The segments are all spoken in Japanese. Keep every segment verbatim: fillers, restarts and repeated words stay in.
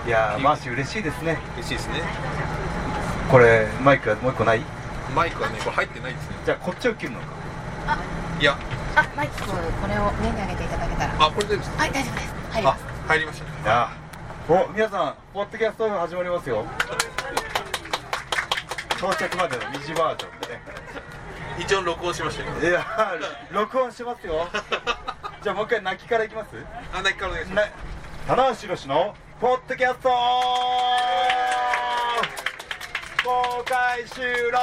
いやーマーシー嬉しいですね。 嬉しいですね。 これマイクはもう一個ない？ マイクはねこれ入ってないですね。 じゃあこっちを切るのか。 あいやあマイクこれを上に上げていただけたら。 あこれでですか。 はい大丈夫です。入ります。 入りましたね。 あお皆さんポッドキャスト始まりますよ。到着までの二次バージョンでね。 一応録音しましたよ。 いや録音しますよ。じゃあもう一回泣きからいきます。 あ泣きからお願いします。 棚橋宏のポッドキャスト公開収録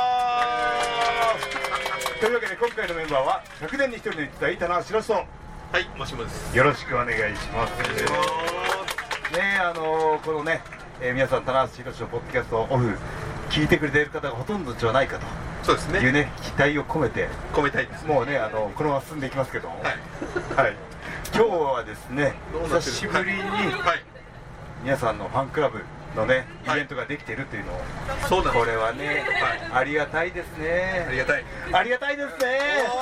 というわけで今回のメンバーはひゃくねんにひとりの一代棚橋宏とはいマシモです。 よろしくお願いします。 お願いします。 ねあのー、このね、えー、皆さん棚橋宏のポッドキャストオフ聞いてくれている方がほとんどじゃないかとそうですねいうね期待を込めて込めたいです、ね、 もうねあのこのまま進んでいきますけども、 はい、 はい、今日はですね久しぶりに、はい、皆さんのファンクラブのねイベントができているというのを、 そうなんです。 これはね、はい、ありがたいですね。 ありがたいありがたいですね。ね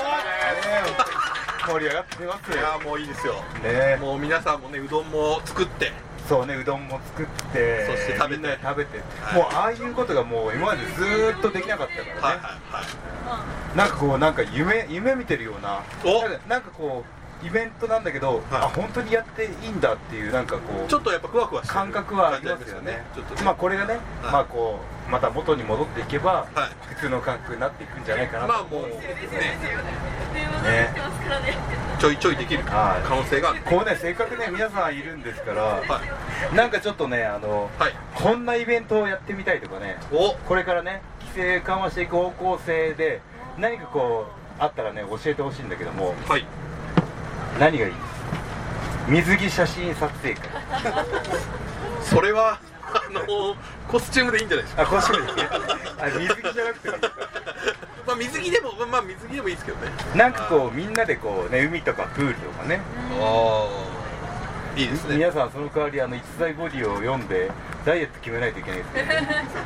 盛り上がってますよ。 いやもういいですよ、 ね、 もう皆さんもねうどんも作ってそうねうどんも作ってそして食べてみんなで食べて、 はい、 もうああいうことがもう今までずーっとできなかったからね、 はいはいはい、 なんかこうなんか夢夢見てるようなおなんかなんかこうイベントなんだけど、はい、あ本当にやっていいんだっていうなんかこうちょっとやっぱふわふわしてる感覚はありますよね。 ちょっとねまあこれがね、 はい、 まあこうまた元に戻っていけば、 はい、 普通の感覚になっていくんじゃないかなと。 まあもうねねちょいちょいできる可能性がある。 こうねせっかくね皆さんいるんですから、はい、なんかちょっとねあの、はい、こんなイベントをやってみたいとかね、おこれからね規制緩和していく方向性で何かこうあったらね教えてほしいんだけども、はい、何がいい？水着写真撮影会。 それはあのコスチュームでいいんじゃないですか。 あコスチュームでいい。あ水着じゃなくてもいいか。 まあ水着でもまあ水着でもいいですけどね。 なんかこうみんなでこうね海とかプールとかね。 ああいいですね。 皆さんその代わりあの一切ボディを読んでダイエット決めないといけないですね。ね。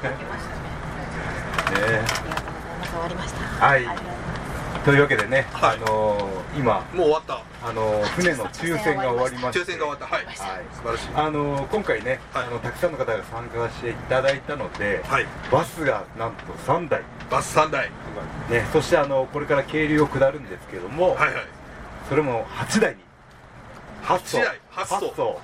終わりました。 はい。というわけでね、はい、あのー、今もう終わった。 あのー、船の抽選が終わりまして、 抽選が終わった。はい。はい、素晴らしい。 あのー、今回ね、はい、あのたくさんの方が参加していただいたので、はい、バスがなんとさんだい。 バスさんだい。 ね、そしてあのこれから渓流を下るんですけども、はいはい、それもはちだいに。はちだい。はちそう。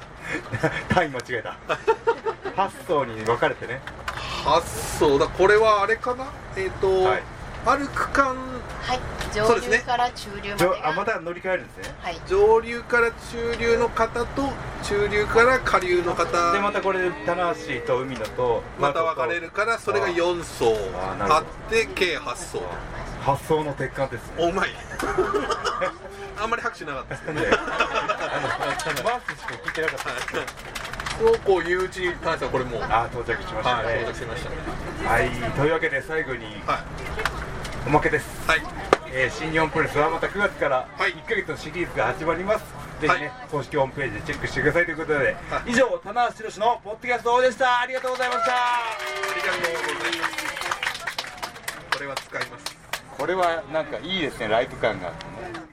単位間違えた。はちそうに分かれてね。 はちそうだ。これはあれかな。えっと。はいある区間、 はい、上流から中流までが、 あまた乗り換えるんですね、 はい、上流から中流の方と中流から下流の方でまたこれで棚橋と海のとまた分かれるからそれがよんそうあって計はちそうはちそうの鉄管ですね。 おうまいあんまり拍手なかったですけどねマースしか聞いてなかったですねそうこういううちに棚橋さんこれもうあ到着しましたね、 はい、到着しましたね。 はいというわけで最後に、はいおまけです、はいえー、新日本プロレスはまたくがつからいっかげつのシリーズが始まります、ぜひね、はい、公式ホームページでチェックしてくださいということで、はい、以上棚橋宏のポッドキャストでした。ありがとうございました。 ありがとうございますこれは使います。 これはなんかいいですねライブ感があってね。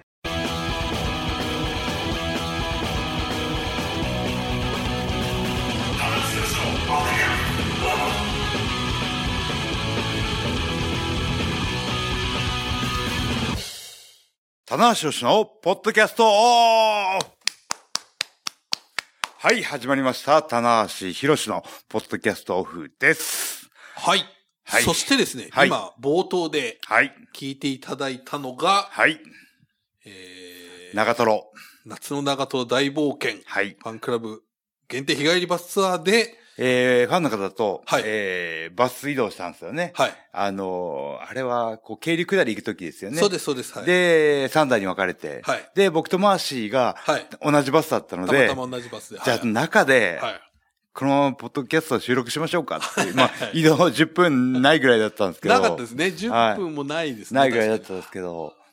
棚橋宏のポッドキャストはい始まりました棚橋宏のポッドキャストオフです。 はい、はい、そしてですね、はい、今冒頭で聞いていただいたのが、 はいえー、長瀞夏の長瀞大冒険、はい、ファンクラブ限定日帰りバスツアーでえー、ファンの方と、はいえー、バス移動したんですよね。はい。あのー、あれは、こう、渓流下り行くときですよね。 そうです、そうです。はい、 で、さんだいに分かれて、はい。で、僕とマーシーが、はい。同じバスだったので、 たまたま同じバスで。 じゃあ、中で、はい。このポッドキャストを収録しましょうかって。まあ、移動じゅっぷんないぐらいだったんですけど。 なかったですね。じゅっぷんもないですね。 はい、ないぐらいだったんですけど。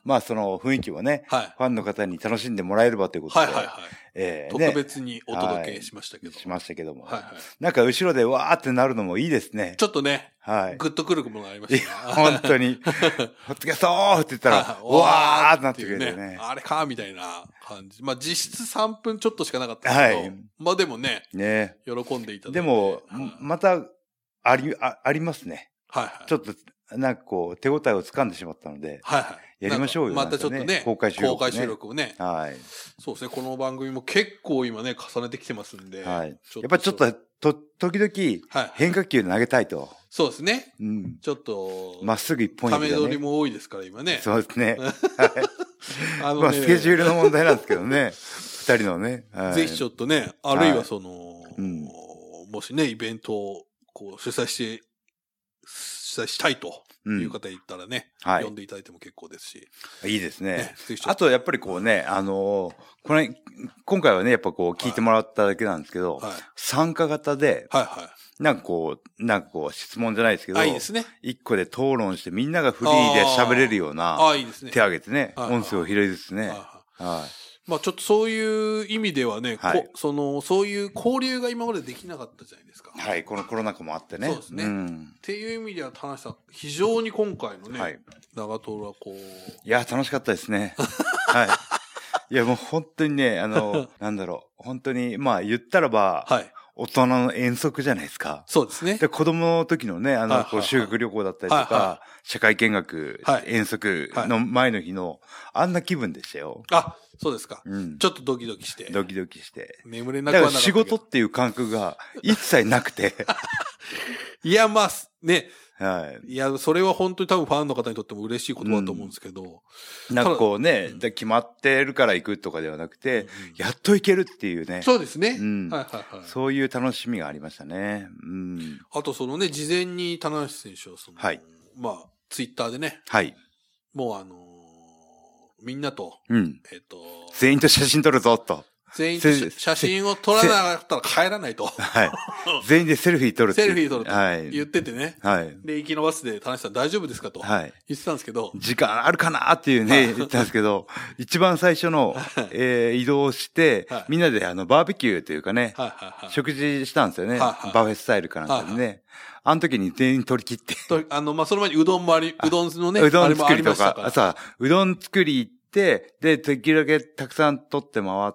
まあその雰囲気をね、はい、ファンの方に楽しんでもらえればということで、はいはいはい、 えーね、特別にお届けしましたけど。 はい、しましたけども、はいはい。なんか後ろでわーってなるのもいいですね。 ちょっとね、はい。グッとくるものがありましたね。 本当に。ほっつけそうって言ったら、はい、わーってなってくれてね。 ねあれかみたいな感じ。まあ実質さんぷんちょっとしかなかったけど、はい、まあでもね、ね喜んでいただいて。 でも、また、あり、あ、ありますね。はいはい。ちょっと、なんかこう、手応えを掴んでしまったので、はいはい。やりましょうよ。 またちょっとね、 公開収録、ね。 公開収録をね。はい。そうですね、この番組も結構今ね、重ねてきてますんで。はい。やっぱちょっと、と、時々、変化球投げたいと。 そうですね。うん。ちょっと、 まっすぐ一本ため取りも多いですから、今ね。 そうですね。はい。あの、まあ、スケジュールの問題なんですけどね。二人のね。 ぜひちょっとね、あるいはその、もしね、イベントを、こう、主催して、主催したいという方言ったらね、うんはい、呼んでいただいても結構ですし。 いいですね。ねあと、やっぱりこうね、あのー、これ、今回はね、やっぱこう聞いてもらっただけなんですけど、はい、参加型で、はいはい、なんかこう、なんかこう質問じゃないですけど、 いいですね。 一個で討論してみんながフリーで喋れるような、あいいですね、手を挙げてね、音声を拾いですね。 はい。まあちょっとそういう意味ではね、はい、その、そういう交流が今までできなかったじゃないですか。 はい、このコロナ禍もあってね。 そうですね。うん、っていう意味では、田中さん、非常に今回のね、はい、長瀞はこう。 いや、楽しかったですね。はい。いや、もう本当にね、あの、なんだろう、本当に、まあ言ったらば、はい。大人の遠足じゃないですか。 そうですね。 で、子供の時のね、あの、こう修学旅行だったりとか、はいはい、社会見学、はい、遠足の前の日の、あんな気分でしたよ。 あ、そうですか。うん。ちょっとドキドキして。 ドキドキして。 眠れなくはなかったけど。 だから仕事っていう感覚が一切なくて。 いや、まあ、ね。はい。いや、それは本当に多分ファンの方にとっても嬉しい言葉だと思うんですけど。 うん、なんかこうね、うん、決まってるから行くとかではなくて、うん、やっと行けるっていうね。 そうですね。 うん。はいはいはい。そういう楽しみがありましたね。うん。 あとそのね、事前に棚橋選手はその、はい。まあ、ツイッターでね。 はい。 もうあのー、みんなと、 うん。 えっと、 全員と写真撮るぞと。 全員と写真を撮らなかったら帰らないと。 はい。全員でセルフィー撮るって。 セルフィー撮ると。はい。言っててね。はい。で、行きのバスで、田中さん大丈夫ですかと。はい。言ってたんですけど。 時間あるかなっていうね、言ったんですけど、一番最初の、えー、移動して、はい、みんなであの、バーベキューというかね、はいはいはい、食事したんですよね。はいはい、バフェスタイルかなんかでね。はいはい、あの時に全員取り切って。 あの、まあ、その前にうどんもあり、うどんのね、 うどん作りとか、あさ、うどん作り行って、で、できるだけたくさん取って回って、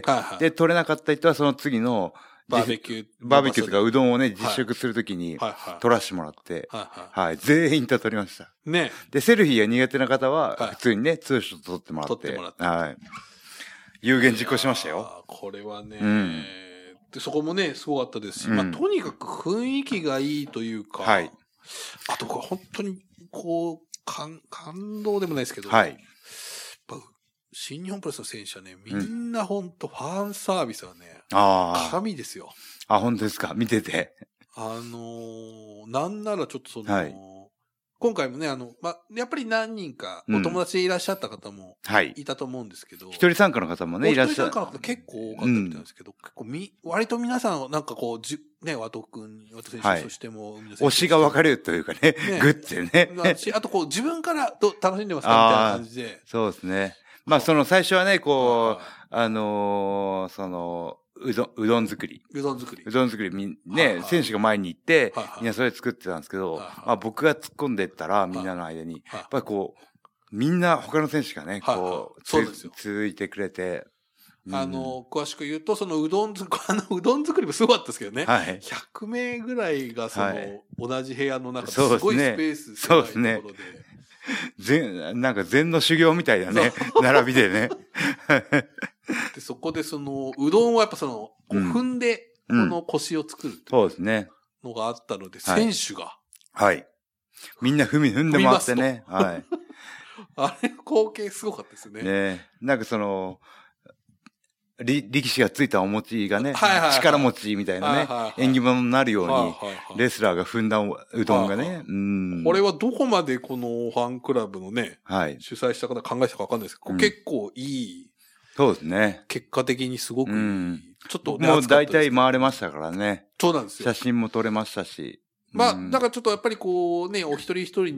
はいはい、で、取れなかった人はその次の、 バーベキュー。 バーベキューとかうどんをね、実食するときに、取らせてもらって、はいはいはい、全員と取りました。 ね。 で、セルフィーが苦手な方は、普通にね、ツーショット取ってもらって。 取ってもらって。 はい。有言実行しましたよ。 これはね、うん、で、そこもね、すごかったですし、うん、まあ、とにかく雰囲気がいいというか、はい。あと、本当に、こう、感、感動でもないですけど、はい。新日本プロレスの選手はね、みんなほんとファンサービスはね、ああ。神ですよ。 あ、本当ですか見てて。 あのー、なんならちょっとその、はい、今回もね、あの、ま、やっぱり何人かお友達でいらっしゃった方もいたと思うんですけど。 一、うん、人参加の方もね、いらっしゃる。 一人参加の方結構多かったみたいですけど、うん、結構み、割と皆さんなんかこう、じね、和藤くん、和藤選手、はい、そしても海野選手。 推しが分かれるというかね、ねグッてね。 あとこう、自分からど楽しんでますかみたいな感じで。 そうですね。まあ、その最初はね、こう、あのー、その、うどん、うどん作り。 うどん作り。 うどん作り、みん、ね、選手が前に行って、みんなそれ作ってたんですけど、まあ僕が突っ込んでったら、みんなの間に、やっぱりこう、みんな他の選手がね、こう、そうですよ。続いてくれて。 あの、詳しく言うと、そのうどん、あの、うどん作りもすごかったですけどね。はい。ひゃく名ぐらいが、その、同じ部屋の中ですごいスペース。 そうですね。全、なんか禅の修行みたいだね。並びでね。 で、そこでその、うどんはやっぱその、こう踏んで、この腰を作るそうですね。 のがあったので、選手が。 はい。みんな踏み、踏んで回ってね。はい。 あれ、光景すごかったですね。 ねなんかその、力士がついたお餅がね、はいはいはい、力持ちみたいなね、はいはいはい、縁起物になるように、はいはいはい、レスラーが踏んだうどんがね、はいはい、うん。 これはどこまでこのファンクラブのね、はい、主催した方考えたかわかんないですけど、うん、結構いい。 そうですね。 結果的にすごくいい。うん、ちょっとね、もう大体回れましたからね。 そうなんですよ。 写真も撮れましたし。 まあ、うん、だからちょっとやっぱりこうね、お一人一人に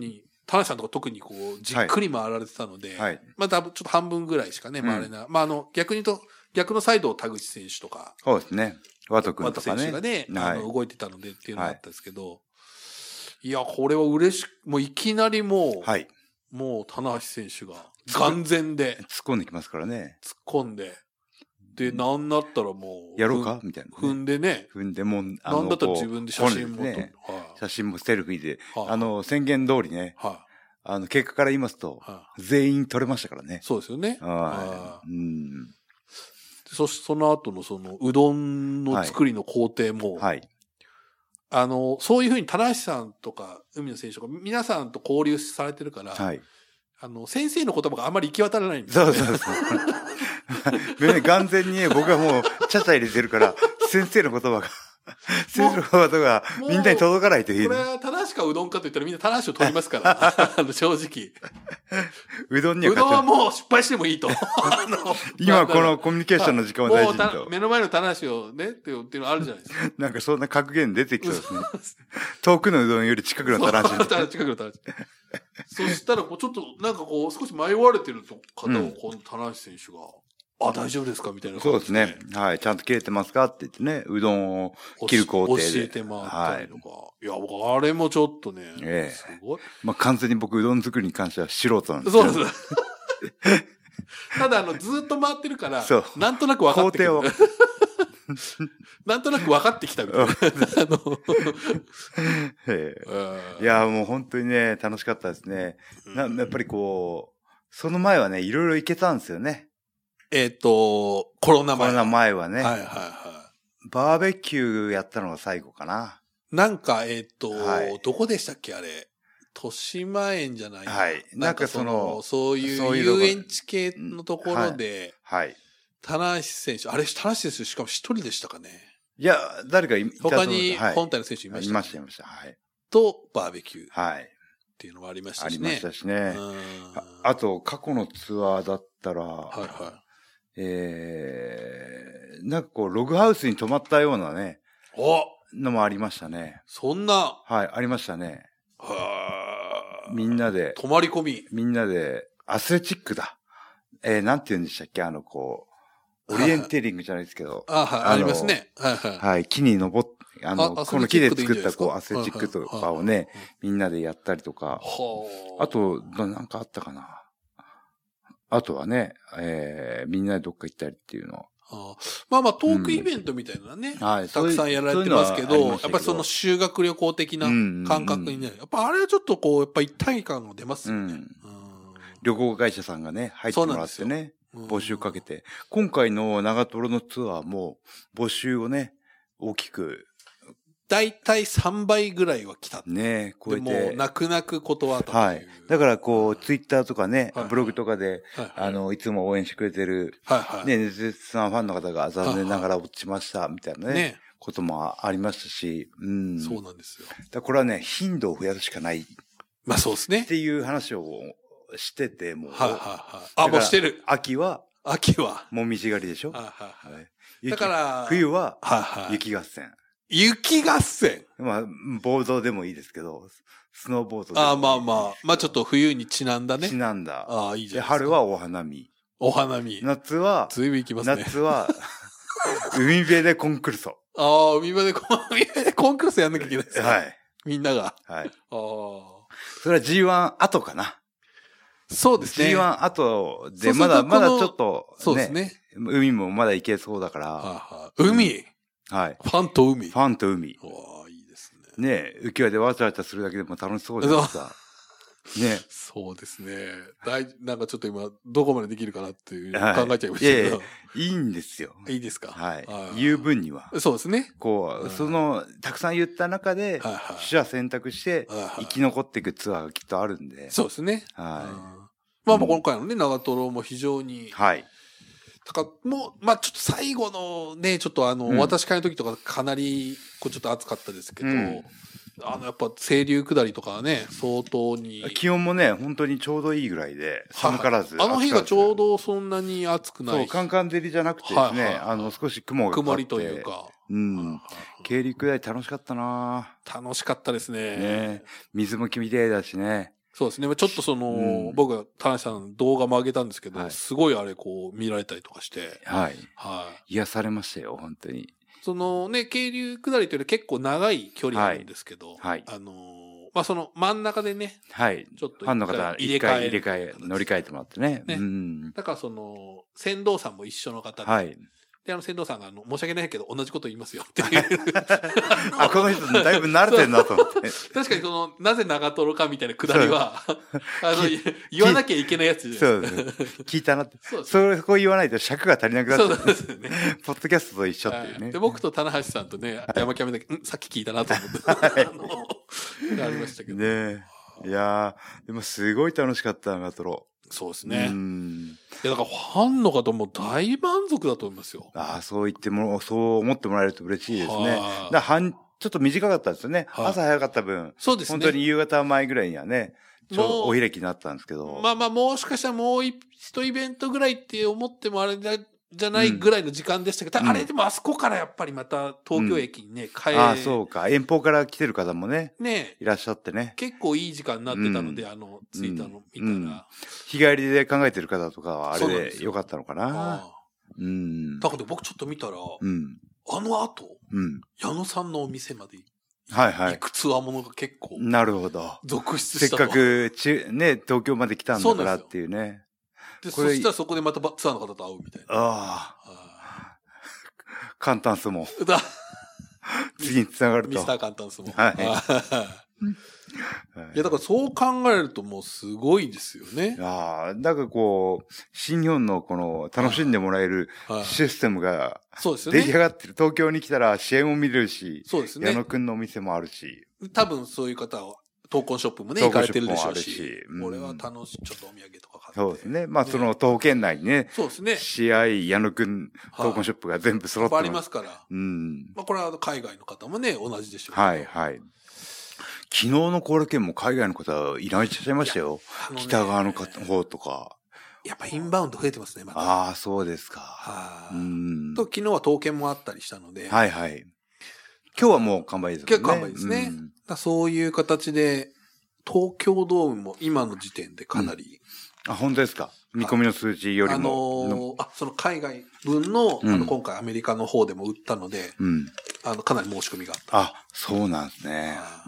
田中さんとか特にこう、じっくり回られてたので、はい、まあ多分ちょっと半分ぐらいしかね、回れない。うん、まああの、逆に言うと、逆のサイドを田口選手とか。 そうですね。ワト君とかね。 ワト選手がね、はい、あの、動いてたのでっていうのがあったんですけど、はい、いや、これは嬉しく、もういきなりもう、はい、もう棚橋選手が、眼前で。 突っ込んできますからね。 突っ込んで。で、なんだったらもう。 やろうかみたいな、ね。 踏んでね。 踏んでもう、 あの、なんだったら自分で写真も撮って、ねはい、写真もセルフィーで、はい、あの、宣言通りね。はい、あの、結果から言いますと、はい、全員撮れましたからね。 そうですよね。 はい。うん。 そしてその後のその、うどんの作りの工程も、はい。はい、あの、そういうふうに、田橋さんとか、海野選手とか、皆さんと交流されてるから、はい。あの、先生の言葉があんまり行き渡らないんですよ、ね。 そうそうそう。眼前に僕はもう、ちゃちゃ入れてるから、先生の言葉が、先生の言葉がみんなに届かないという。 これは、田橋かうどんかと言ったらみんな田橋を取りますから、あの、正直。 うどんにはうどんはもう失敗してもいいと。 今このコミュニケーションの時間を大事にと。 目の前の田橋をね、っていうのあるじゃないですか。 なんかそんな格言出てきそうですね。遠くのうどんより近くの田橋。 近くの田橋。そしたら、こう、ちょっと、なんかこう、少し迷われてる方を、この田橋選手が、あ、大丈夫ですかみたいな感じで。そうですね。はい。ちゃんと切れてますかって言ってね、うどんを切る工程で。 教えてもらったりとか。はい、いや、僕、あれもちょっとね、ええ、すごい。 まあ、完全に僕、うどん作りに関しては素人なんですけど。 そうです。ただ、あの、ずっと回ってるから、そう。なんとなく分かってくる。工程を。なんとなく分かってきたみたいな。あのいや、もう本当にね、楽しかったですね。なやっぱりこう、その前はね、いろいろ行けたんですよね。 えっと、コロナ前。 コロナ前はね。 はいはいはい。 バーベキューやったのが最後かな。 なんか、えっと、はい、どこでしたっけあれ。豊島園じゃないはい。なんかその、 そういう遊園地系のところで、はい。はい棚橋選手、あれ、棚橋選手しかも一人でしたかね。 いや、誰かいた他に本体の選手いました、 ね、はい、いました、いました。はい。 と、バーベキュー。 はい。 っていうのもありましたしね。ありましたしね。あ, あと、過去のツアーだったら、はいはい。えー、なんかこう、ログハウスに泊まったようなね、 おのもありましたね。 そんなはい、ありましたね。はみんなで。 泊まり込み。 みんなで、アスレチックだ。えー、なんて言うんでしたっけあの、こう、オリエンテリングじゃないですけど。 あ、はい、ありますね。はいはい。 はい、木に登って、あの、この木で作ったこう、アスレチックとかをね、みんなでやったりとか。あと、なんかあったかな。あとはね、えー、みんなでどっか行ったりっていうの。 あまあまあ、トークイベントみたいなね。うん、はい。たくさんやられてますけど、やっぱりその修学旅行的な感覚にね、やっぱあれはちょっとこう、やっぱ一体感が出ますよね。うん、 旅行会社さんがね、入ってもらってね。募集かけて、今回の長瀞のツアーも募集をね、大きく。 だいたいさんばいぐらいは来た。 ね超えて。 もう泣く泣く断ったという。 はい。だからこう、ツイッターとかね、はい、ブログとかで、はい、あの、いつも応援してくれてる、はいはい、ね、熱烈さんファンの方が残念ながら落ちました、みたいなね、ねこともありましたし、うん。 そうなんですよ。 だこれはね、頻度を増やすしかない。 まあそうですね。 っていう話を、してて、もう。 はいはいはい。あ、もうしてる。 秋は、 秋は。 もみじ狩りでしょはいはいはい。だから、 冬は、雪合戦。 雪合戦まあ、ボードでもいいですけど、スノーボードでもいい。 ああ、まあまあ。まあちょっと冬にちなんだね。 ちなんだ。 ああ、いいじゃん。で、 春はお花見。 お花見。 夏は、 ずいぶん行きますね。 夏は、海辺でコンクルソ。 ああ、海辺でコン、海辺でコンクルソやんなきゃいけないですね。 はい。 みんなが。 はい。ああ。 それは ジーワン 後かな。 そうですね。 ジーワン 後で、まだ、まだちょっと、ね。 そうですね。 海もまだ行けそうだから。はあはあ、海、 うん、はい。 ファンと海。 ファンと海。 わあ、いいですね。ねえ、浮き輪でわちゃわちゃするだけでも楽しそうですさ。ね。 そうですね。大、なんかちょっと今、どこまでできるかなっていう考えちゃいましたけど。はい、いやいやいいんですよ。 いいですか。 はい。言う分には。 そうですね。 こう、その、たくさん言った中で、取捨選択して、生き残っていくツアーがきっとあるんで。 そうですね。 はい。 まあまあ今回のね、長瀞も非常に。 はい。 だから、もう、まあちょっと最後のね、ちょっとあの、私会の時とかかなり、こうちょっと暑かったですけど、あの、やっぱ清流下りとかはね、相当に。 気温もね、本当にちょうどいいぐらいで、寒からず。 あの日がちょうどそんなに暑くない。 そう、カンカン照りじゃなくてですね、あの、少し雲がかかって。 曇りというか。 うん。渓流下り楽しかったな楽しかったですね。 ね水もきれいだしね。 そうですね。ちょっとその、うん、僕が田中さんの動画も上げたんですけど、はい、すごいあれこう見られたりとかして。 はい。はい。癒されましたよ、本当に。 そのね、渓流下りというのは結構長い距離あるんですけど、はい。はい、あのー、まあ、その真ん中でね。 はい。 ちょっとファンの方入れ替え。入れ替え、乗り換えてもらってね。 ね。 うん。 だからその、船頭さんも一緒の方で。はい。で、あの、船頭さんが、あの、申し訳ないけど、同じこと言いますよっていう。 あ、この人、だいぶ慣れてるなと思って。 確かに、その、なぜ長瀞かみたいなくだりは、あの、言わなきゃいけないやつじゃないですか。 そうです。聞いたなって。そうです。それ、こう言わないと尺が足りなくなっちゃう。そうですね。ポッドキャストと一緒っていうね。 で、僕と棚橋さんとね、山キャメだけ、んさっき聞いたなと思って。あの、ありましたけど。 ねえ。いやー、でもすごい楽しかった、長瀞。 そうですね。うん。いや、だからファンの方も大満足だと思いますよ。 ああ、そう言っても、そう思ってもらえると嬉しいですね。だ半、ちょっと短かったですよね。朝早かった分。そうですね。本当に夕方前ぐらいにはね、ちょうどお開きになったんですけど。 まあまあ、もしかしたらもう一イベントぐらいって思ってもあれだ、じゃないぐらいの時間でしたけど、うん、あれでもあそこからやっぱりまた東京駅にね、帰、うん、 ああ、そうか。遠方から来てる方もね。ねいらっしゃってね。 結構いい時間になってたので、うん、あの、着いたの見たら、うん。 日帰りで考えてる方とかはあれでよかったのかな。 うん。だから僕ちょっと見たら、うん、あの後、うん、矢野さんのお店まではいはい。いくつわものが結構。 なるほど。 続出した。 せっかくち、ね、東京まで来たんだからっていうね。 で、そしたらそこでまたツアーの方と会うみたいな。ああ。簡単相撲。次に繋がると。 ミスター簡単相撲。はい。いや、だからそう考えるともうすごいですよね。 ああ、だからこう、新日本のこの楽しんでもらえるシステムが出来上がってる。東京に来たら支援も見れるし、そうですね。矢野くんのお店もあるし。 多分そういう方は、闘魂ショップもね、行かれてるでしょうし。これは楽しい、ちょっとお土産とか買って。 そうですね。まあ、その、東県内にね。そうですね。試合、矢野くん、闘魂ショップが全部揃ってます。 ありますから。うん。まあ、これは海外の方もね、同じでしょう。 はい、はい。昨日の後楽園も海外の方いらっしゃいましたよ。北側の方とか。 やっぱインバウンド増えてますね、また。 ああ、そうですか。はい。うん。と、昨日は刀剣もあったりしたので。 はいはい。今日はもう完売ですね。 今日完売ですね。うん、だそういう形で、東京ドームも今の時点でかなり。 うん、あ、本当ですか。見込みの数字よりも。あのー、あ、その海外分の、うん、あの、今回アメリカの方でも売ったので、うん、あの、かなり申し込みがあった。 あ、そうなんですね。うん。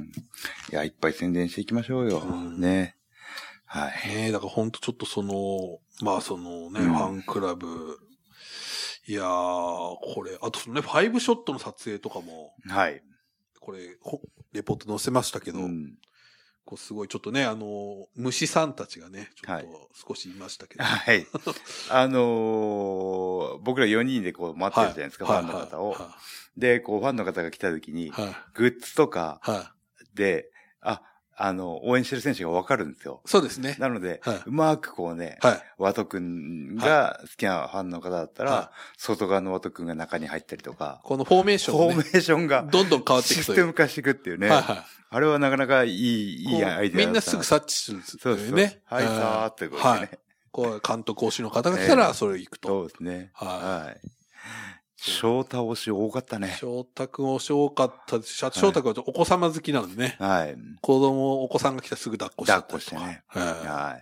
いや、いっぱい宣伝していきましょうよ。うん、ね。はい。 ねえ、だから本当ちょっとその、まあそのね、うん、ファンクラブ、いやー、これ、あとそのね、ファイブショットの撮影とかも、はい。これ、レポート載せましたけど、うん、こうすごいちょっとね、あの、虫さんたちがね、ちょっと少しいましたけど。 はい。あのー、僕らよにんでこう待ってるじゃないですか、はい、ファンの方を。はいはい、で、こうファンの方が来た時に、はい、グッズとかで、はい、あ、あの、応援してる選手がわかるんですよ。 そうですね。 なので、はい、うまくこうね、はい、ワト君が好きなファンの方だったら、はい、外側のワト君が中に入ったりとか。 このフォーメーション、 ね、フォーメーションが、 どんどん変わっていく。 システム化していくっていうね。はいはい、あれはなかなかいい、いいアイデアだった。 みんなすぐ察知するんですよね。そうですね。 はい、さーってことね。はい。 こう、監督推しの方が来たら、それ行くと。 そうですね。はい。翔太推し多かったね。 翔太くん推し多かったですし、翔太くんはお子様好きなんでね。はい。子供、お子さんが来たらすぐ抱っこして。 抱っこしてね。はい。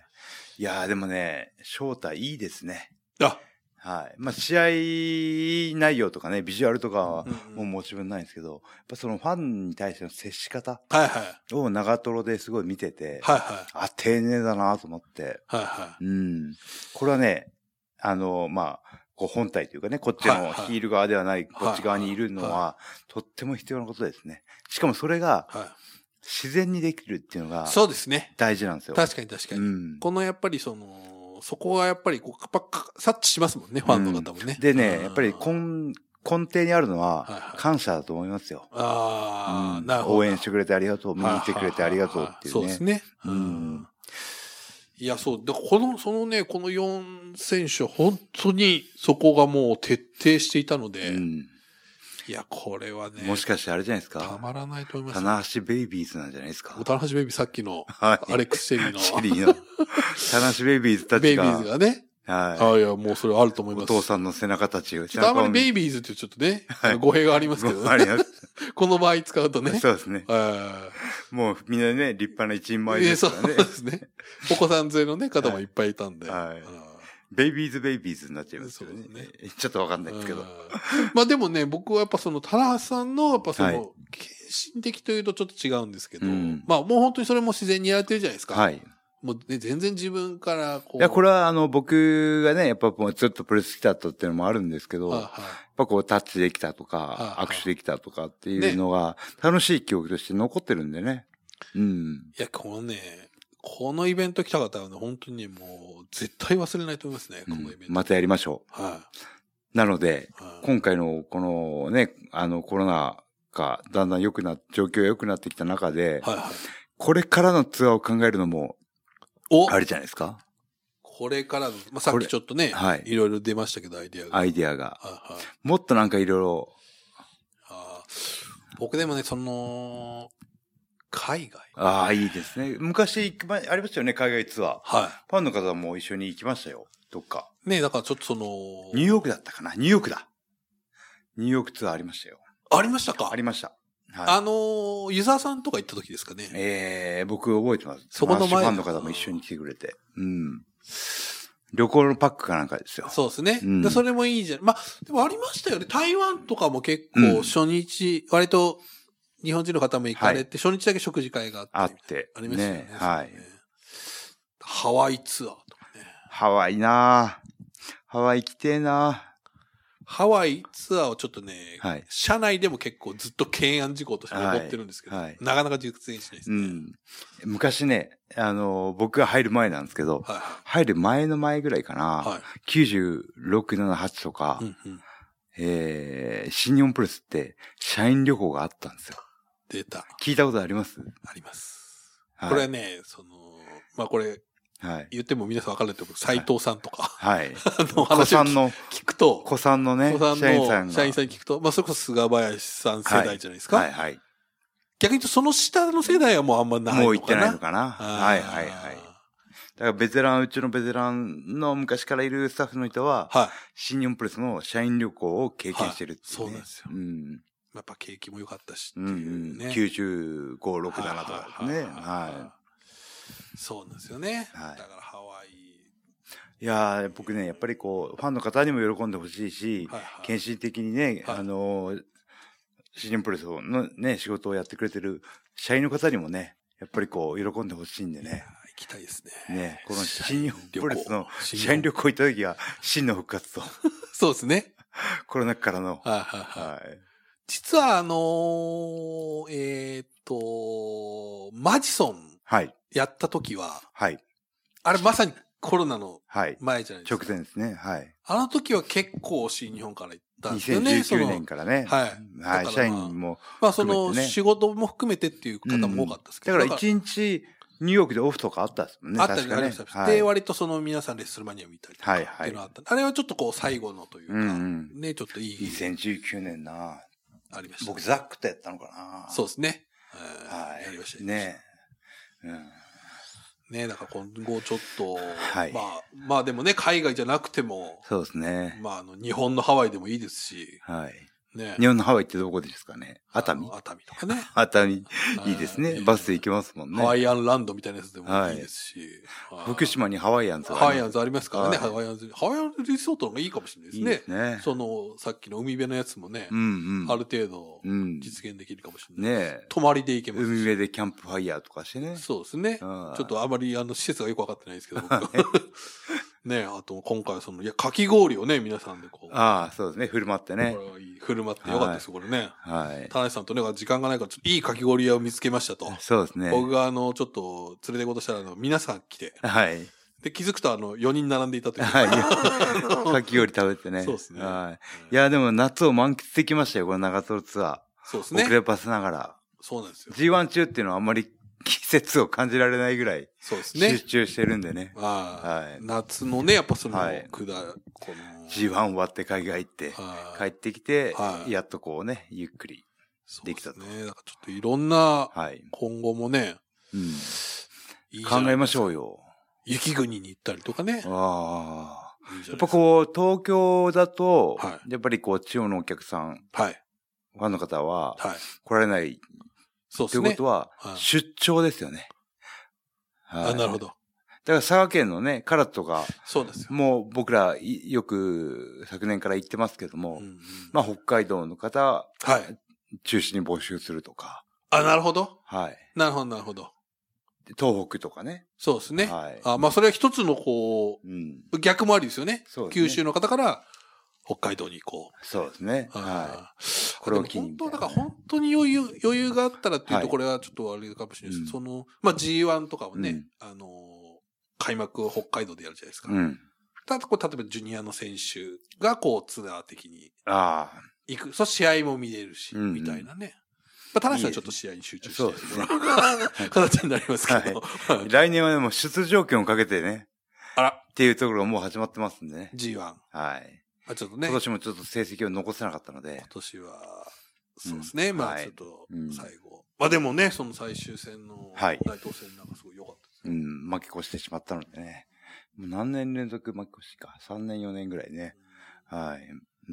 いやーでもね、翔太いいですね。あはい。まあ、試合内容とかね、ビジュアルとかはもう申し分ないんですけど、やっぱそのファンに対しての接し方を長瀞ですごい見てて、はいはい。あ、丁寧だなと思って。はいはい。うん。これはね、あの、まあ、こう本体というかね、こっちのヒール側ではない、こっち側にいるのは、とっても必要なことですね。しかもそれが、自然にできるっていうのが、そうですね。大事なんですよ。 確かに確かに。うん、このやっぱりその、そこはやっぱりこう、やっぱ察知しますもんね、ファンの方もね。 うん、でね、やっぱり根、根底にあるのは、感謝だと思いますよ。ああ、うん、なるほど。応援してくれてありがとう、見に来てくれてありがとうっていうね。そうですね。うん。 いや、そう。で、この、そのね、このよん選手は本当にそこがもう徹底していたので、うん、いや、これはね。 もしかしてあれじゃないですか。 たまらないと思います、 ね。棚橋ベイビーズなんじゃないですか。 棚橋ベイビーズさっきの、アレックス・シェリーの。 シェリーの。棚橋ベイビーズたちが。 ベイビーズがね。 はい。 ああ、いや、もうそれあると思います。 お父さんの背中たちを。 ちょっとあまりベイビーズってちょっとね、はい、語弊がありますけどね。あります。この場合使うとね。 そうですね。もうみんなね、立派な一人前ですからね。 そうですね。お子さん連れのね、方もいっぱいいたんで。はい。はい、 ベイビーズベイビーズになっちゃいますけどね。ねちょっとわかんないですけど。 まあでもね、僕はやっぱその、田中さんの、やっぱその、はい、献身的というとちょっと違うんですけど、うん、まあもう本当にそれも自然にやられてるじゃないですか。はい。もうね、全然自分からこう。 いや、これはあの、僕がね、やっぱもうずっとプレス来たっていうのもあるんですけど、はいはい、やっぱこうタッチできたとか、はいはい、握手できたとかっていうのが、楽しい記憶として残ってるんでね。うん。 いや、このね、このイベント来た方はね、本当にもう、絶対忘れないと思いますね、このイベント。 うん、またやりましょう。はい。なので、はい、今回のこのね、あのコロナがだんだん良くな、状況が良くなってきた中で、はいはい、これからのツアーを考えるのも、あれじゃないですか。 これからの、まあ、さっきちょっとね、はい。いろいろ出ましたけど、アイディアが。 アイディアが。はいはい、もっとなんかいろいろ。 あ僕でもね、その、海外。 ああ、いいですね。昔、ありましたよね、海外ツアー。はい。ファンの方も一緒に行きましたよ、どっか。 ねだからちょっとその、 ニューヨークだったかな、ニューヨークだ。ニューヨークツアーありましたよ。 ありましたか？ ありました。 はい、あのー、ユーザーさんとか行った時ですかね。 ええー、僕覚えてます。そこの前。ファンの方も一緒に来てくれて。うん。旅行のパックかなんかですよ。 そうですね。うん、でそれもいいじゃん。まあ、でもありましたよね。台湾とかも結構初日、うん、割と日本人の方も行かれて、はい、初日だけ食事会があって。 あって。 ありましたよね。ねはい。 ハワイツアーとかね。 ハワイなぁ。ハワイ来てえなぁ。 ハワイツアーをちょっとね、はい、社内でも結構ずっと懸案事項として残ってるんですけど、はいはい、なかなか実現しないですね、うん。 昔ね、あの、僕が入る前なんですけど、はい、入る前の前ぐらいかな、はい、きゅうじゅうろく、なな、はちとか、うんうん、えー、新日本プロレスって社員旅行があったんですよ。 出た。 聞いたことあります？ あります。はい、これね、その、まあこれ、はい。言っても皆さん分かんないと思う。斉藤さんとか。はい。あの話を聞くと。 子さんのね。 子さんの社員さんが。社員さんに聞くと。まあそれこそ菅林さん世代じゃないですか。はい、はい、はい。逆に言うとその下の世代はもうあんまないのかな。もう行ってないのかな。はいはいはい。だからベテラン、うちのベテランの昔からいるスタッフの人は、はい。新日本プレスの社員旅行を経験してるっていう、ね。はい、そうなんですよ。うん。やっぱ景気も良かったしっていうね。うん、きゅうじゅうご、ろく、ななとかですね。はい。 そうなんですよね。はい、だからハワイ。 いやー、僕ね、やっぱりこう、ファンの方にも喜んでほしいし、はいはい、献身的にね、はい、あのー、新日本プロレスのね、仕事をやってくれてる社員の方にもね、やっぱりこう、喜んでほしいんでね。 行きたいですね。ね、この新日本プロレスの社員旅行行った時は、真の復活と。 そうですね。 コロナ禍からの。 はいはいはい。はい、実はあのー、えー、っと、マジソン。はい。やった時は、はい。あれまさにコロナの前じゃないですか。 直前ですね。はい。 あの時は結構新日本から行ったんですよね。 にせんじゅうきゅうねんからね。はい。はい。社員も、 まあその仕事も含めてっていう方も多かったですけど。 だから一日ニューヨークでオフとかあったんですもんね。 あったりありました。で、割とその皆さんレッスルマニア見たりとかっていうのがあった。あれはちょっとこう最後のというか、ね、ちょっといい。 にせんじゅうきゅうねんなありました。 僕ザックとやったのかな。 そうですね。 はい。やりましたね。うん。 ねだから今後ちょっと、はい、まあ、まあでもね、海外じゃなくても、 そうですね。 まあ、あの、日本のハワイでもいいですし、 はい。ね日本のハワイってどこですかね？熱海？ 熱海とかね。 熱海、いいですね。バスで行けますもんね。 ハワイアンランドみたいなやつでもいいですし。 はい、福島にハワイアンズハワイアンズありますからね。ハワイアンズ。ハワイアンズリゾートの方がいいかもしれないですね。いいですね。その、さっきの海辺のやつもね、うんうん、ある程度、実現できるかもしれない。ね泊まりで行けますし。 海辺でキャンプファイヤーとかしてね。 そうですね。ちょっとあまり、あの、施設がよくわかってないですけど、ねあと、今回はその、いや、かき氷をね、皆さんでこう。 ああ、そうですね。振る舞ってね。 振る舞ってよかったですよ、これね。はい。田中さんとね、時間がないから、ちょっといいかき氷屋を見つけましたと。 そうですね。 僕が、あの、ちょっと、連れて行こうとしたら、あの、皆さん来て。はい。で、気づくと、あの、よにん並んでいたという。はい。 かき氷食べてね。 そうですね。 はい。いや、でも夏を満喫できましたよ、この長瀞ツアー。 そうですね。 遅ればせながら。 そうなんですよ。 ジーワン 中っていうのはあんまり、季節を感じられないぐらいそうですね。集中してるんでね。 はい。夏のね、やっぱその、はい、このジーワン 終わって海外行って、帰ってきて、やっとこうね、ゆっくりできたと。 そうですね。だからちょっといろんな、今後もね、 うん、考えましょうよ。 雪国に行ったりとかね。ああ。 やっぱこう、東京だと、はい、やっぱりこう、地方のお客さん、はい、ファンの方は、はい、来られない。そうですね。ということは、はい、出張ですよね。 はい、あ、なるほど。だから佐賀県のね、唐津とか、 そうですよ。 もう僕らよく昨年から行ってますけども、うんうん、まあ北海道の方、はい、中心に募集するとか。 あ、なるほど。 はい。 なるほど、なるほど。 東北とかね。 そうですね。はい。あ、まあそれは一つのこう、うん、逆もありですよね。そうですね。九州の方から北海道に行こう。 そうですね。はい。 これを機に、ね。本当、だから本当に余裕、余裕があったらっていうとこれはちょっとあれかもしれないですけど、はい、その、まあ ジーワン とかをね、うん、あの、開幕を北海道でやるじゃないですか。うん。ただこう、例えばジュニアの選手がこうツアー的に行く。ああ。そう、試合も見れるし、うん、みたいなね。まあ、田中さんはちょっと試合に集中して、そうですね。形になりますけど。 はい、来年はでも出場権をかけてね。あら。っていうところがもう始まってますんでね。 ジーワン。 はい。 あ、ちょっとね。 今年もちょっと成績を残せなかったので。 今年は、そうですね。うん、まあ、ちょっと、最後。はい、まあでもね、その最終戦の大東戦なんかすごい良かったですね。うん、負け越してしまったのでね。もう何年連続負け越しか。さんねんよねんぐらいね。うん、はい。うん。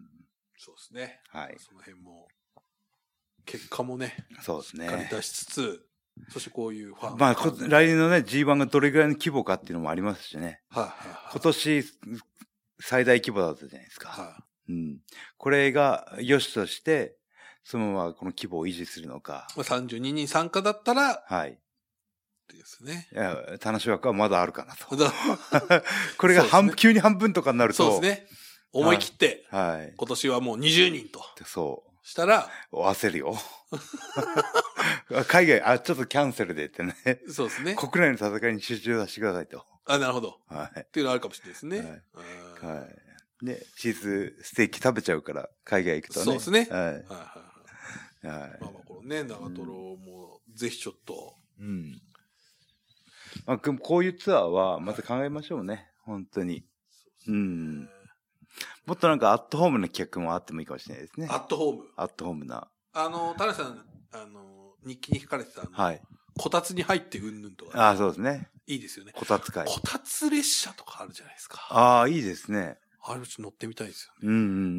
そうですね。 はい。 その辺も。結果もね、 そうですね。 しっかり出しつつ、そしてこういうファン。 まあ、来年のね、ジーワン がどれぐらいの規模かっていうのもありますしね。 はい、はい、はい。 今年、最大規模だったじゃないですか。はい。うん。これが、良しとして、そのままこの規模を維持するのか。 さんじゅうににん参加だったら、 はい。 ですね。 いや、楽しい枠はまだあるかなと。これが半、ね、急に半分とかになると。 そうですね。思い切って、はい。今年はもうにじゅうにんと。 そう。 したら、 焦るよ。海外、あ、ちょっとキャンセルでってね。 そうですね。 国内の戦いに集中してくださいと。 あ、なるほど。 はい。 っていうのあるかもしれないですね。 はい。はい。ね、チーズステーキ食べちゃうから、海外行くとね。 そうですね。 はい。はいはいはい。はい。まあまあ、このね、長瀞も、ぜひちょっと。 うん。まあ、こういうツアーは、また考えましょうね。本当に。うん。もっとなんかアットホームな企画もあってもいいかもしれないですね。 アットホームアットホームな。 あの、田中さん、あの、日記に書かれてた、はい。こたつに入ってうんぬんとか、 ね。ああ、そうですね。 いいですよね。 こたつ会。 こたつ列車とかあるじゃないですか。 ああ、いいですね。 あれ、乗ってみたいですよね。 うんうんうん。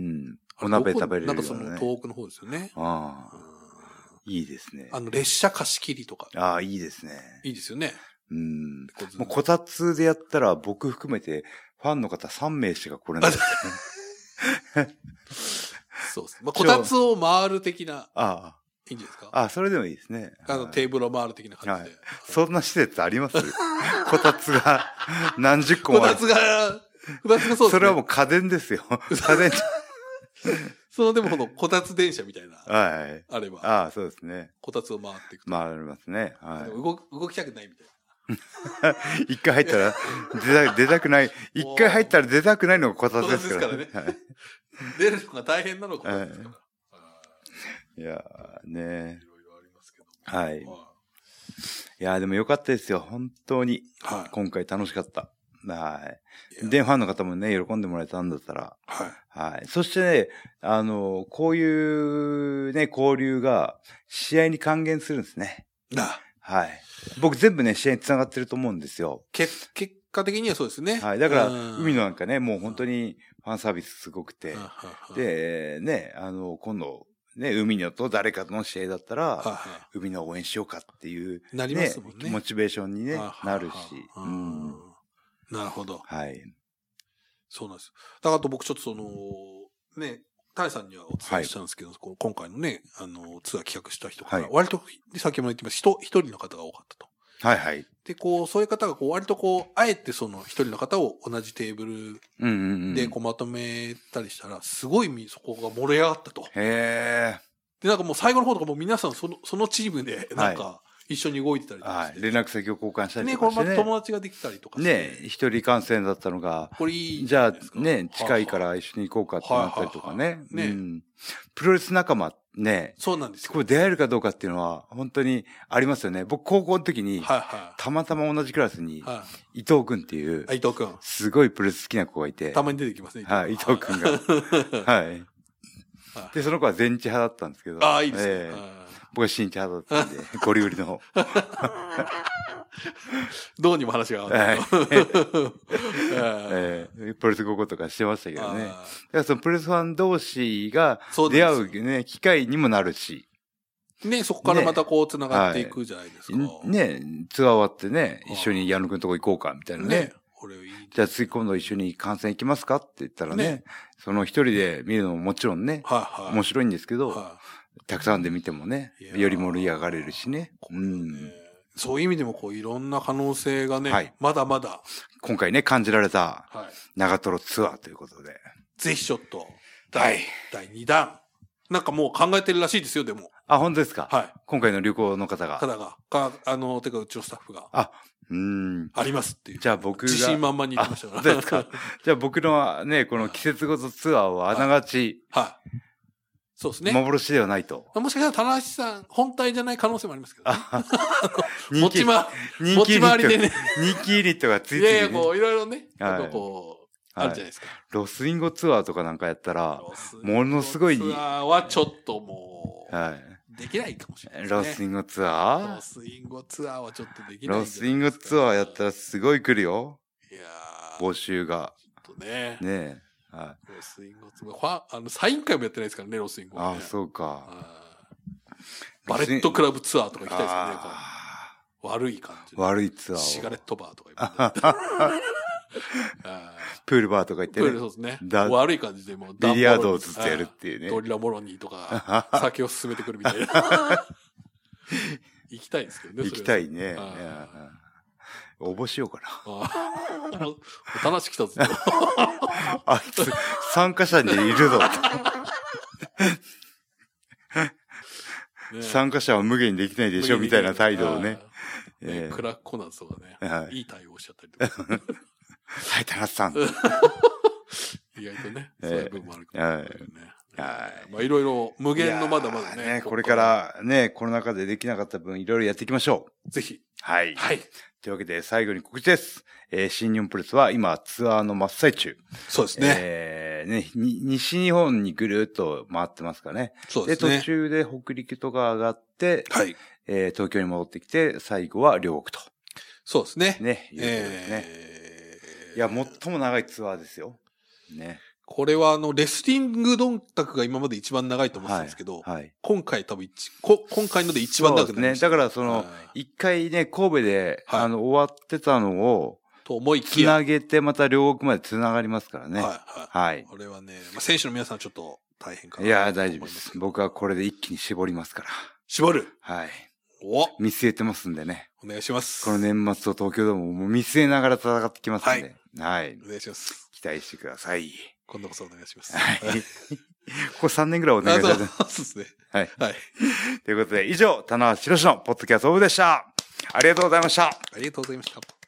お鍋食べれるよね。 なんかその遠くの方ですよね。 ああ。いいですね。 あの、列車貸し切りとか。 ああ、いいですね。 いいですよね。 うん。もうこたつでやったら僕含めてファンの方さんめいしか来れないですね。 そうですね。まあ、こたつを回る的な。 ああ。 いいんじゃないですか。 ああ、それでもいいですね。 あの、テーブルを回る的な感じで。はい、 そんな施設ありますこたつが何十個もある。 こたつが、こたつがそうですね。 それはもう家電ですよ。家電。 そのでもこのこたつ電車みたいな。 はい。 あれば。 ああ、そうですね。 こたつを回っていくと。 回りますね。はい。 動、動きたくないみたいな。 一回入ったら出た、出たくない。一回入ったら出たくないのがこたつですからね。 からね。はい、出るのが大変なのがこたつですから。 はい、いやーね。 いろいろありますけど。 はい。いやーでもよかったですよ。本当に。はい、今回楽しかった。はい。で、ファンの方もね、喜んでもらえたんだったら。 はい。 はい。そしてね、あの、こういうね、交流が試合に還元するんですね。 あはい。僕全部ね、試合に繋がってると思うんですよ。 け、結果的にはそうですね。 はい。だから、海野なんかね、もう本当にファンサービスすごくて。で、ね、あの、今度、ね、海野と誰かの試合だったら、海野を応援しようかっていう、 なりますもんね。 モチベーションにね、なるし。うん。 なるほど。 はい。 そうなんです。だからあと僕ちょっとその、ね、タイさんにはお伝えしたんですけど、はい、今回のね、あの、ツアー企画した人から、割と、で、先ほど言ってました、一人の方が多かったと。 はいはい。 で、こう、そういう方が、こう、割とこう、あえてその一人の方を同じテーブルで、こう、まとめたりしたら、すごいそこが盛り上がったと。 へー。 で、なんかもう最後の方とかもう皆さんその、そのチームで、なんか、はい一緒に動いてたりとかして。 はい。連絡先を交換したりとかしてね。 ね、この友達ができたりとかして。 ね、一人観戦だったのが、 これいいじゃあね、近いから一緒に行こうかってなったりとかね。ね、うん。プロレス仲間ね。 そうなんですよ。 これ出会えるかどうかっていうのは、本当にありますよね。僕、高校の時に、はいはい、たまたま同じクラスに、はい、伊藤くんっていう、 伊藤くん。 すごいプロレス好きな子がいて。 たまに出てきますね。 はい、伊藤くんが。はい。 で、その子は全地派だったんですけど。 ああ、いいですね。えー、僕は新地派だったんで、ゴリゴリの。 どうにも話が合わない。 えー、プロレスごっことかしてましたけどね。だからそのプロレスファン同士が出会うね、機会にもなるし。 ね、そこからまたこう繋がっていくじゃないですか。 ね、はい、ね、ツアー終わってね、一緒に矢野くんとこ行こうか、みたいなね。ね、俺いいじゃあ次今度一緒に観戦行きますかって言ったらね、ねその一人で見るのももちろんね、はいはい、面白いんですけど、はい、たくさんで見てもね、より盛り上がれるしね。うん、 そういう意味でもこういろんな可能性がね、はい、まだまだ。 今回ね、感じられた長瀞ツアーということで。 ぜひちょっと、第、はい、だいにだん。なんかもう考えてるらしいですよ、でも。 あ、本当ですか？はい。今回の旅行の方が。 方が。か、あの、てかうちのスタッフが。 あ、うん。 ありますっていう。 じゃあ僕が。 自信満々に言ってましたから。 そうですか。じゃあ僕のね、この季節ごとツアーはあながち。はい。はい、 そうですね。 幻ではないと。 もしかしたら、棚橋さん、本体じゃない可能性もありますけど、ね。持ちま、持ち回りでね。 人気ユニットがついてる、 ね。いやいや、こう、いろいろね。はい、こう、あるじゃないですか。 ロスインゴツアーとかなんかやったら、ものすごい。 ツアーはちょっともう、はい。できないかもしれないですね。 ロスインゴツアーロスインゴツアーはちょっとできない。 ロスインゴツアーやったらすごい来るよ。いやー。募集が。 ちょっとね。 ねえ。 はい。ロスインゴツアー。ファあの、サイン会もやってないですからね、ロスインゴ、ね。 ああ、そうか。 バレットクラブツアーとか行きたいですよね。悪い感じ。 悪いツアー。 シガレットバーとか行く。 プールバーとか行ってね。 プールそうですね。悪い感じでもうビリヤードをずっとやるっていうね。 ドリラモロニーとか、酒を進めてくるみたいな。行きたいですけどね。 行きたいね。応募しようかな。お楽しきたぞ。 あいつ、参加者にいるぞ。参加者は無限にできないでしょみたいな態度をね。 えー、クラックコナンとかね、はい、いい対応しちゃったりとか。 はい、田中さん。 意外とね、そういう部分もあるかもしれないけどね。はい。まあいろいろ無限のまだまだね。 ねこれからね、コロナ禍でできなかった分いろいろやっていきましょう。ぜひ。 はい。 はい。 というわけで最後に告知です。えー、新日本プロレスは今ツアーの真っ最中。 そうですね。 えー、ね、に、西日本にぐるっと回ってますかね。 そうですね。 で、途中で北陸とか上がって、 はい。 えー、東京に戻ってきて、最後は両国と。 そうですね。 ね、いうことですね。えー、いや、最も長いツアーですよ。ね。 これはあの、レスリングドンタクが今まで一番長いと思ってたんですけど、はいはい、今回多分一、こ、今回ので一番長くなりました。 そうですね。だからその、一回ね、神戸で、はい、あの、終わってたのを、 と思いきや。 つなげてまた両国までつながりますからね。 はい、はい。はい。これはね、まあ、選手の皆さんちょっと大変かな。 いや、大丈夫です。僕はこれで一気に絞りますから。 絞るはい。 お見据えてますんでね。 お願いします。 この年末と東京ドームも見据えながら戦ってきますんで。はい。はい。 お願いします。 期待してください。 今度こそお願いします。 はい。ここさんねんぐらいお願いします。 そうですね。 はい。 はい。 ということで、以上、棚橋宏のポッドキャストオブでした。ありがとうございました。ありがとうございました。